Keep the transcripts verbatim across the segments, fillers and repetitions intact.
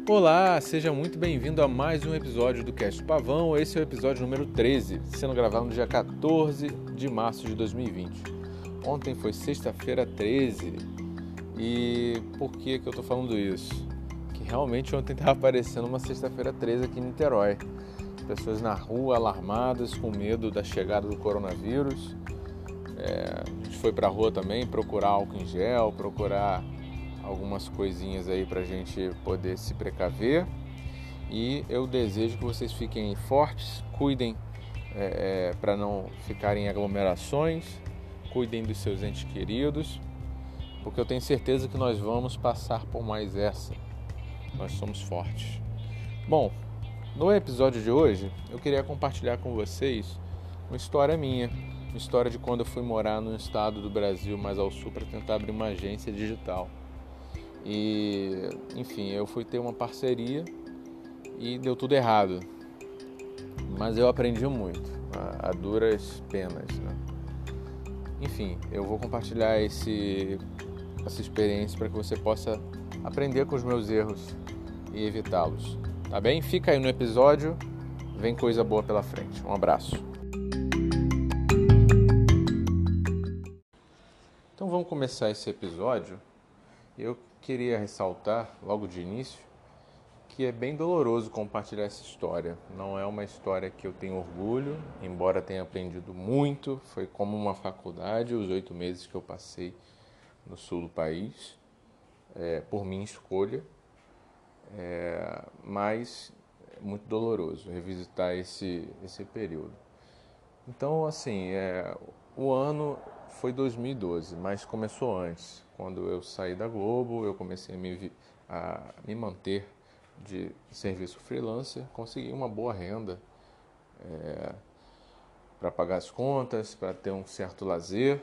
Olá, seja muito bem-vindo a mais um episódio do Cast Pavão. Esse é o episódio número treze, sendo gravado no dia quatorze de março de dois mil e vinte. Ontem foi sexta-feira treze. E por que que eu tô falando isso? Que realmente ontem estava aparecendo uma sexta-feira treze aqui em Niterói. Pessoas na rua alarmadas, com medo da chegada do coronavírus. É, a gente foi pra rua também procurar álcool em gel, procurar algumas coisinhas aí pra gente poder se precaver. E eu desejo que vocês fiquem fortes, cuidem é, é, para não ficarem em aglomerações, cuidem dos seus entes queridos, porque eu tenho certeza que nós vamos passar por mais essa. Nós somos fortes. Bom, no episódio de hoje eu queria compartilhar com vocês uma história minha, uma história de quando eu fui morar num estado do Brasil mais ao sul para tentar abrir uma agência digital. E, enfim, eu fui ter uma parceria e deu tudo errado. Mas eu aprendi muito, a, a duras penas, né? Enfim, eu vou compartilhar esse, essa experiência para que você possa aprender com os meus erros e evitá-los. Tá bem? Fica aí no episódio, vem coisa boa pela frente. Um abraço. Então vamos começar esse episódio. Eu queria ressaltar, logo de início, que é bem doloroso compartilhar essa história. Não é uma história que eu tenho orgulho, embora tenha aprendido muito. Foi como uma faculdade, os oito meses que eu passei no sul do país, é, por minha escolha. É, mas é muito doloroso revisitar esse, esse período. Então, assim, é, o ano foi dois mil e doze, mas começou antes. Quando eu saí da Globo, eu comecei a me, a me manter de serviço freelancer, consegui uma boa renda é, para pagar as contas, para ter um certo lazer.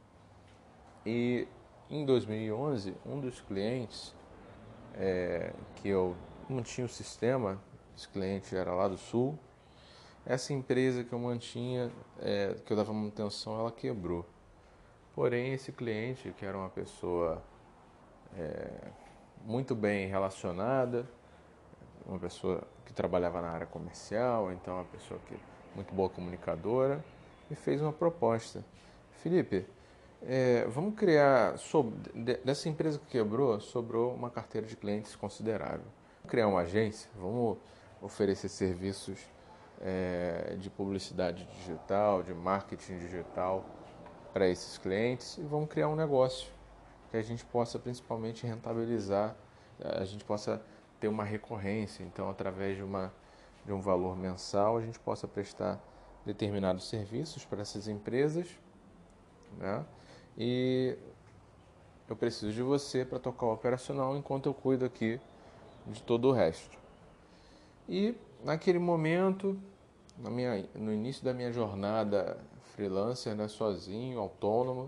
E em dois mil e onze, um dos clientes é, que eu mantinha o sistema, esse cliente era lá do sul, essa empresa que eu mantinha, é, que eu dava manutenção, ela quebrou. Porém, esse cliente, que era uma pessoa é, muito bem relacionada, uma pessoa que trabalhava na área comercial, então uma pessoa que muito boa comunicadora, me fez uma proposta. Felipe, é, vamos criar, sobre, dessa empresa que quebrou, sobrou uma carteira de clientes considerável. Vamos criar uma agência, vamos oferecer serviços é, de publicidade digital, de marketing digital para esses clientes e vamos criar um negócio que a gente possa principalmente rentabilizar, a gente possa ter uma recorrência, então através de, uma, de um valor mensal a gente possa prestar determinados serviços para essas empresas, né? E eu preciso de você para tocar o operacional enquanto eu cuido aqui de todo o resto. E naquele momento, na minha, no início da minha jornada freelancer, né, sozinho, autônomo,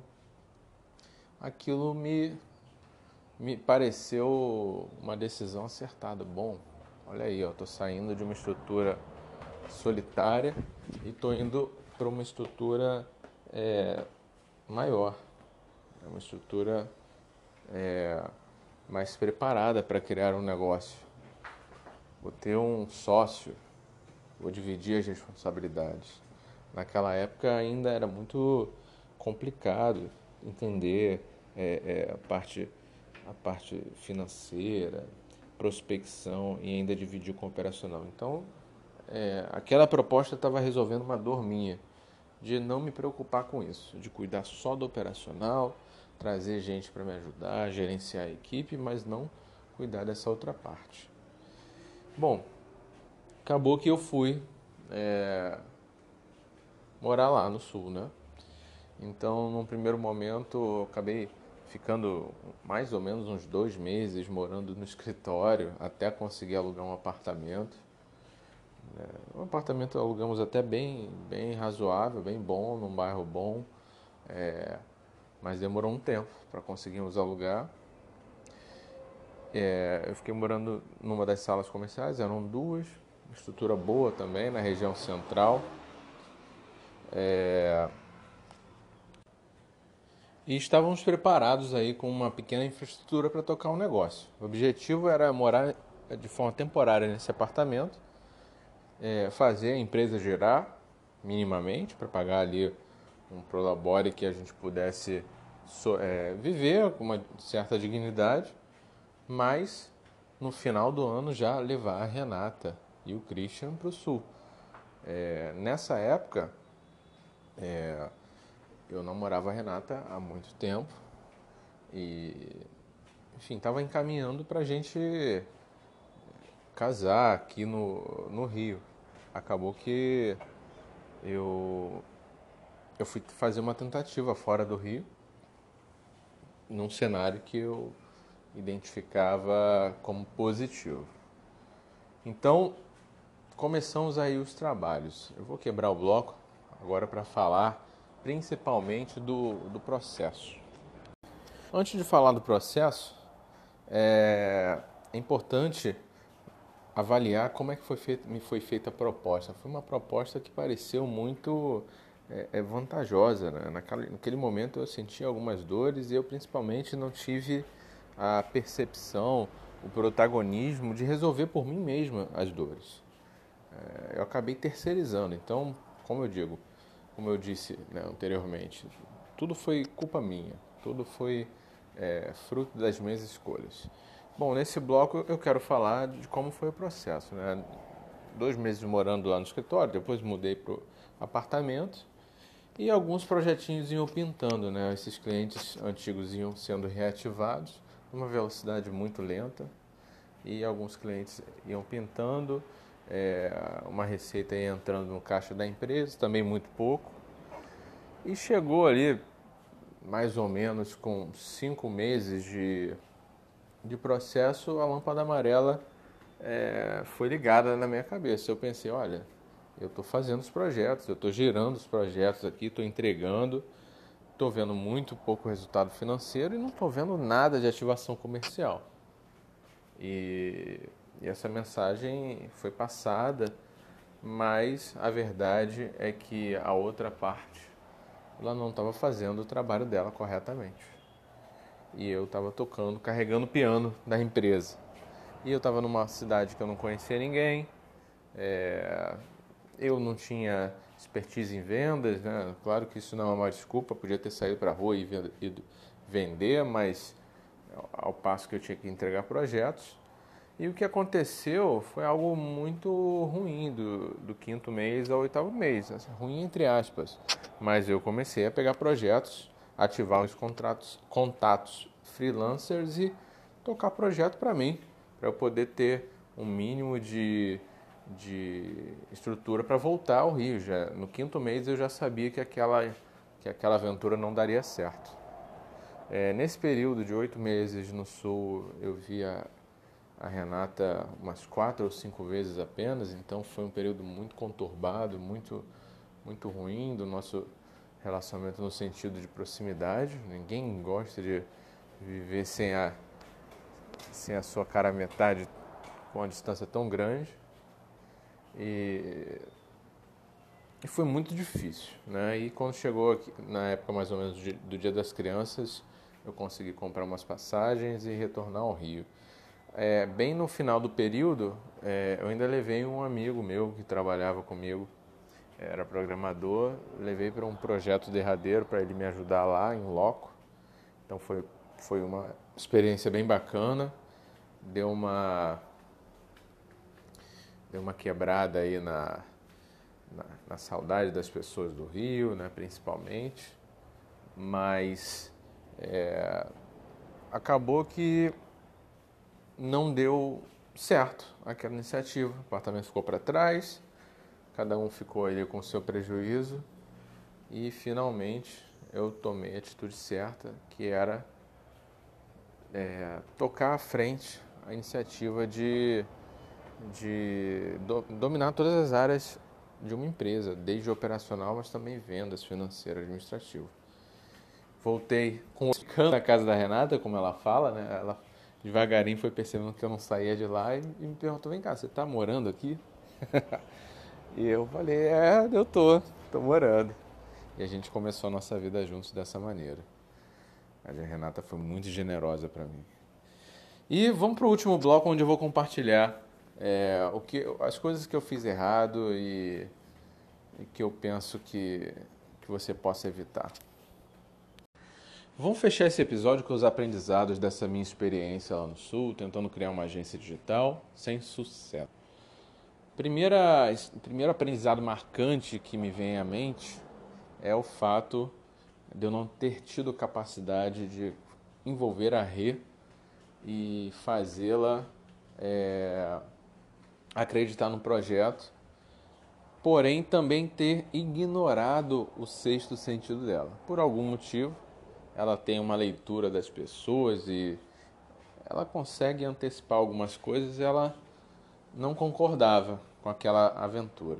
aquilo me, me pareceu uma decisão acertada. Bom, olha aí, eu estou saindo de uma estrutura solitária e estou indo para uma estrutura é, maior, uma estrutura é, mais preparada para criar um negócio. Vou ter um sócio, vou dividir as responsabilidades. Naquela época ainda era muito complicado entender é, é, a, parte, a parte financeira, prospecção e ainda dividir com o operacional. Então, é, aquela proposta estava resolvendo uma dor minha, de não me preocupar com isso, de cuidar só do operacional, trazer gente para me ajudar, gerenciar a equipe, mas não cuidar dessa outra parte. Bom, acabou que eu fui é, morar lá no sul, né? Então, num primeiro momento, eu acabei ficando mais ou menos uns dois meses morando no escritório até conseguir alugar um apartamento. Um apartamento alugamos até bem, bem razoável, bem bom, num bairro bom, é, mas demorou um tempo para conseguirmos alugar. É, eu fiquei morando numa das salas comerciais, eram duas, estrutura boa também, na região central. É, e estávamos preparados aí com uma pequena infraestrutura para tocar um negócio. O objetivo era morar de forma temporária nesse apartamento, é, fazer a empresa girar minimamente para pagar ali um prolabore que a gente pudesse so, é, viver com uma certa dignidade, mas no final do ano já levar a Renata e o Christian para o sul. É, nessa época, é, eu namorava a Renata há muito tempo e, enfim, estava encaminhando para a gente casar aqui no, no Rio. Acabou que eu, eu fui fazer uma tentativa fora do Rio, num cenário que eu identificava como positivo. Então, começamos aí os trabalhos. Eu vou quebrar o bloco agora para falar principalmente do, do processo. Antes de falar do processo, é, é importante avaliar como é que foi feita, me foi feita a proposta. Foi uma proposta que pareceu muito é, é vantajosa, né? Naquele, naquele momento eu senti algumas dores e eu principalmente não tive a percepção, o protagonismo de resolver por mim mesma as dores. É, eu acabei terceirizando. Então, como eu digo, como eu disse, né, anteriormente, tudo foi culpa minha, tudo foi é, fruto das minhas escolhas. Bom, nesse bloco eu quero falar de como foi o processo, né? Dois meses morando lá no escritório, depois mudei para o apartamento e alguns projetinhos iam pintando, né? Esses clientes antigos iam sendo reativados numa velocidade muito lenta e alguns clientes iam pintando, é, uma receita ia entrando no caixa da empresa, também muito pouco. E chegou ali, mais ou menos com cinco meses de de processo, a lâmpada amarela é, foi ligada na minha cabeça. Eu pensei, olha, eu estou fazendo os projetos, eu estou girando os projetos aqui, estou entregando, estou vendo muito pouco resultado financeiro e não estou vendo nada de ativação comercial. E, e essa mensagem foi passada, mas a verdade é que a outra parte, ela não estava fazendo o trabalho dela corretamente. E eu estava tocando, carregando o piano da empresa. E eu estava numa cidade que eu não conhecia ninguém, é... eu não tinha expertise em vendas, né? Claro que isso não é uma desculpa, podia ter saído para a rua e ido vender, mas ao passo que eu tinha que entregar projetos. E o que aconteceu foi algo muito ruim do, do quinto mês ao oitavo mês, ruim entre aspas, mas eu comecei a pegar projetos, ativar os contratos, contatos freelancers e tocar projeto para mim, para eu poder ter um mínimo de, de estrutura para voltar ao Rio. Já, no quinto mês eu já sabia que aquela, que aquela aventura não daria certo. É, nesse período de oito meses no Sul eu via a Renata umas quatro ou cinco vezes apenas, então foi um período muito conturbado, muito, muito ruim do nosso relacionamento no sentido de proximidade. Ninguém gosta de viver sem a, sem a sua cara metade com uma distância tão grande. E, e foi muito difícil, né? E quando chegou aqui, na época mais ou menos do Dia das Crianças, eu consegui comprar umas passagens e retornar ao Rio. É, bem no final do período, é, eu ainda levei um amigo meu que trabalhava comigo, era programador, levei para um projeto derradeiro para ele me ajudar lá em loco. Então foi, foi uma experiência bem bacana, deu uma, deu uma quebrada aí na, na, na saudade das pessoas do Rio, né, principalmente, mas é, acabou que não deu certo aquela iniciativa. O apartamento ficou para trás, cada um ficou ali com o seu prejuízo e finalmente eu tomei a atitude certa, que era é, tocar à frente a iniciativa de, de do, dominar todas as áreas de uma empresa, desde operacional, mas também vendas, financeiro, administrativo. Voltei com o na casa da Renata, como ela fala, né? Ela devagarinho foi percebendo que eu não saía de lá e me perguntou, vem cá, você tá morando aqui? E eu falei, é, eu tô, tô morando. E a gente começou a nossa vida juntos dessa maneira. A Renata foi muito generosa para mim. E vamos para o último bloco, onde eu vou compartilhar é, o que, as coisas que eu fiz errado e, e que eu penso que, que você possa evitar. Vamos fechar esse episódio com os aprendizados dessa minha experiência lá no Sul, tentando criar uma agência digital sem sucesso. Primeira, primeiro aprendizado marcante que me vem à mente é o fato de eu não ter tido capacidade de envolver a Rê e fazê-la é, acreditar no projeto, porém também ter ignorado o sexto sentido dela. Por algum motivo, ela tem uma leitura das pessoas e ela consegue antecipar algumas coisas e ela não concordava com aquela aventura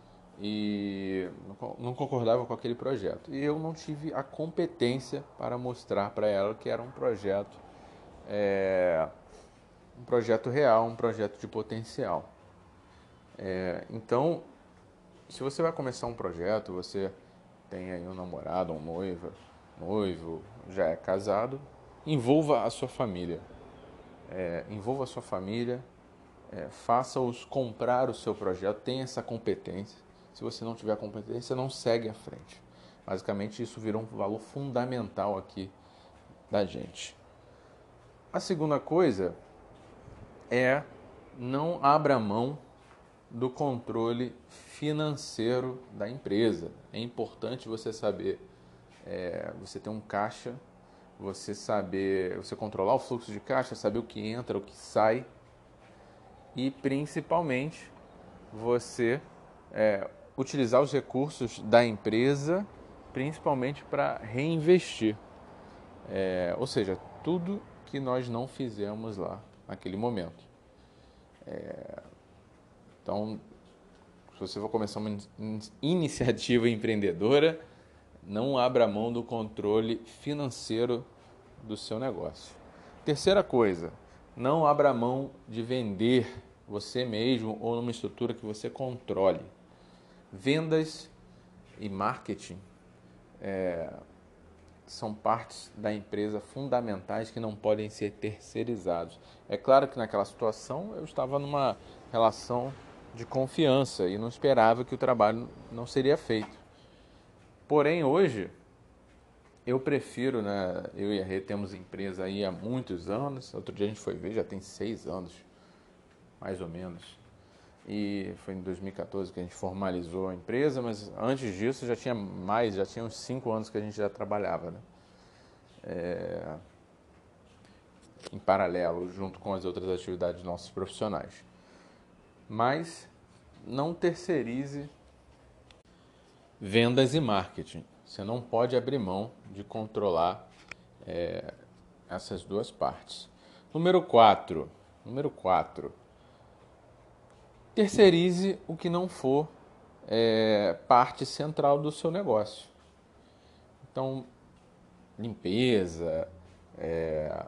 e não concordava com aquele projeto. E eu não tive a competência para mostrar para ela que era um projeto é, um projeto real, um projeto de potencial. É, então, se você vai começar um projeto, você tem aí um namorado, um noivo, noivo, já é casado, envolva a sua família. É, envolva a sua família, é, faça-os comprar o seu projeto, tenha essa competência. Se você não tiver competência, não segue à frente. Basicamente, isso virou um valor fundamental aqui da gente. A segunda coisa é não abra mão do controle financeiro da empresa. É importante você saber, é, você ter um caixa, você saber, você controlar o fluxo de caixa, saber o que entra, o que sai e principalmente você é, utilizar os recursos da empresa, principalmente para reinvestir. É, ou seja, tudo que nós não fizemos lá naquele momento. É, então, se você for começar uma iniciativa empreendedora, não abra mão do controle financeiro do seu negócio. Terceira coisa, não abra mão de vender você mesmo ou numa estrutura que você controle. Vendas e marketing é, são partes da empresa fundamentais que não podem ser terceirizados. É claro que naquela situação eu estava numa relação de confiança e não esperava que o trabalho não seria feito. Porém, hoje, eu prefiro, né, eu e a Rê temos empresa aí há muitos anos, outro dia a gente foi ver, já tem seis anos, mais ou menos. E foi em dois mil e quatorze que a gente formalizou a empresa, mas antes disso já tinha mais, já tinha uns cinco anos que a gente já trabalhava, né? É, em paralelo, junto com as outras atividades nossos profissionais. Mas não terceirize vendas e marketing. Você não pode abrir mão de controlar é, essas duas partes. Número quatro. Número quatro. Terceirize o que não for é, parte central do seu negócio. Então, limpeza, é,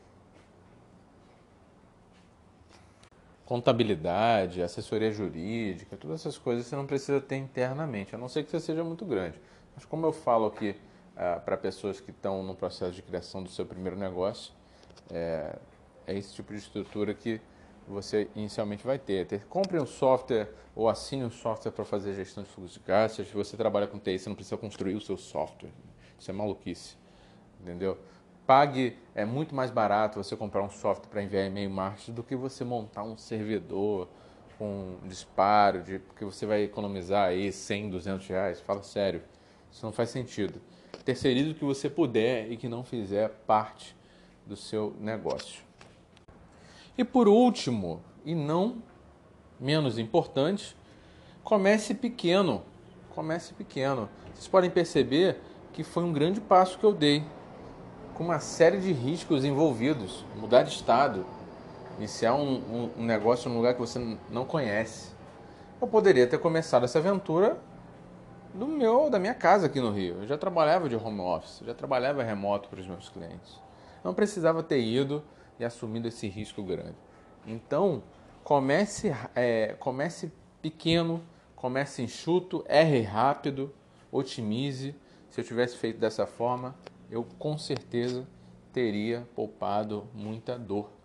contabilidade, assessoria jurídica, todas essas coisas você não precisa ter internamente, a não ser que você seja muito grande. Mas como eu falo aqui ah, para pessoas que estão no processo de criação do seu primeiro negócio, é, é esse tipo de estrutura que você inicialmente vai ter. ter. Compre um software ou assine um software para fazer gestão de fluxo de caixa. Se você trabalha com T I, você não precisa construir o seu software. Isso é maluquice, entendeu? Pague, é muito mais barato você comprar um software para enviar e-mail marketing do que você montar um servidor com disparo, de, porque você vai economizar aí cem, duzentos reais. Fala sério, isso não faz sentido. Terceirize o que você puder e que não fizer parte do seu negócio. E por último, e não menos importante, comece pequeno. Comece pequeno. Vocês podem perceber que foi um grande passo que eu dei, com uma série de riscos envolvidos. Mudar de estado, iniciar um, um, um negócio num lugar que você não conhece. Eu poderia ter começado essa aventura do meu, da minha casa aqui no Rio. Eu já trabalhava de home office, já trabalhava remoto para os meus clientes. Não precisava ter ido e assumido esse risco grande. Então, comece, é, comece pequeno, comece enxuto, erre rápido, otimize. Se eu tivesse feito dessa forma, eu com certeza teria poupado muita dor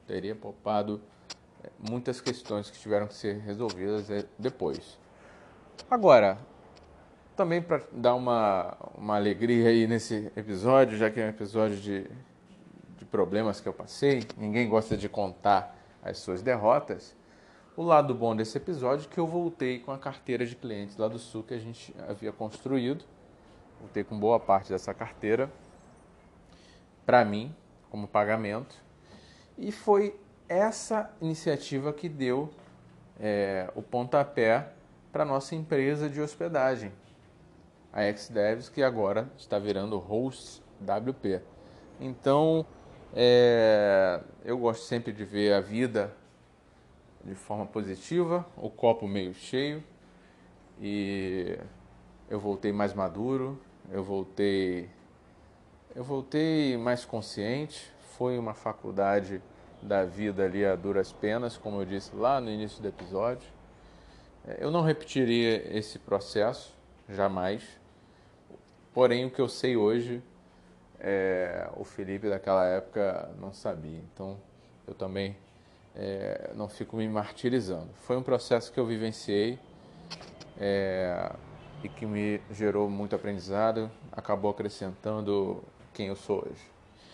teria poupado muitas questões que tiveram que ser resolvidas depois. Agora, também para dar uma, uma alegria aí nesse episódio, já que é um episódio de, de problemas que eu passei, ninguém gosta de contar as suas derrotas. O lado bom desse episódio é que eu voltei com a carteira de clientes lá do Sul que a gente havia construído. Voltei com boa parte dessa carteira para mim, como pagamento. E foi essa iniciativa que deu é, o pontapé para a nossa empresa de hospedagem, a XDevs, que agora está virando Hosts W P. Então, é, eu gosto sempre de ver a vida de forma positiva, o copo meio cheio, e eu voltei mais maduro, eu voltei, eu voltei mais consciente. Foi uma faculdade da vida ali a duras penas, como eu disse lá no início do episódio. Eu não repetiria esse processo, jamais. Porém, o que eu sei hoje, é, o Felipe daquela época não sabia. Então, eu também é, não fico me martirizando. Foi um processo que eu vivenciei é, e que me gerou muito aprendizado, acabou acrescentando quem eu sou hoje.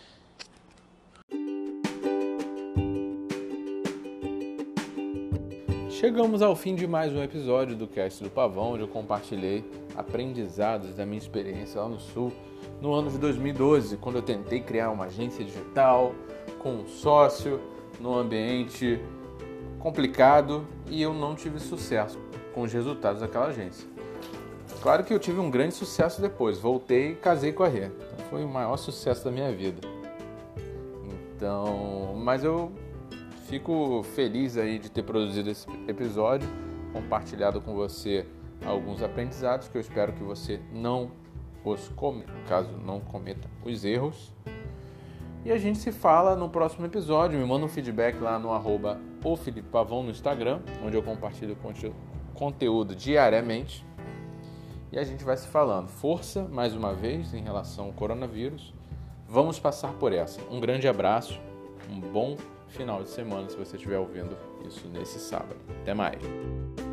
Chegamos ao fim de mais um episódio do Cast do Pavão, onde eu compartilhei aprendizados da minha experiência lá no Sul, no ano de dois mil e doze, quando eu tentei criar uma agência digital com um sócio, num ambiente complicado, e eu não tive sucesso com os resultados daquela agência. Claro que eu tive um grande sucesso depois, voltei e casei com a Rê. Então foi o maior sucesso da minha vida. Então, mas eu fico feliz aí de ter produzido esse episódio, compartilhado com você alguns aprendizados que eu espero que você não os cometa, caso não cometa os erros. E a gente se fala no próximo episódio. Me manda um feedback lá no arroba o Felipe Pavão no Instagram, onde eu compartilho conteúdo diariamente. E a gente vai se falando. Força, mais uma vez, em relação ao coronavírus. Vamos passar por essa. Um grande abraço, um bom final de semana se você estiver ouvindo isso nesse sábado. Até mais!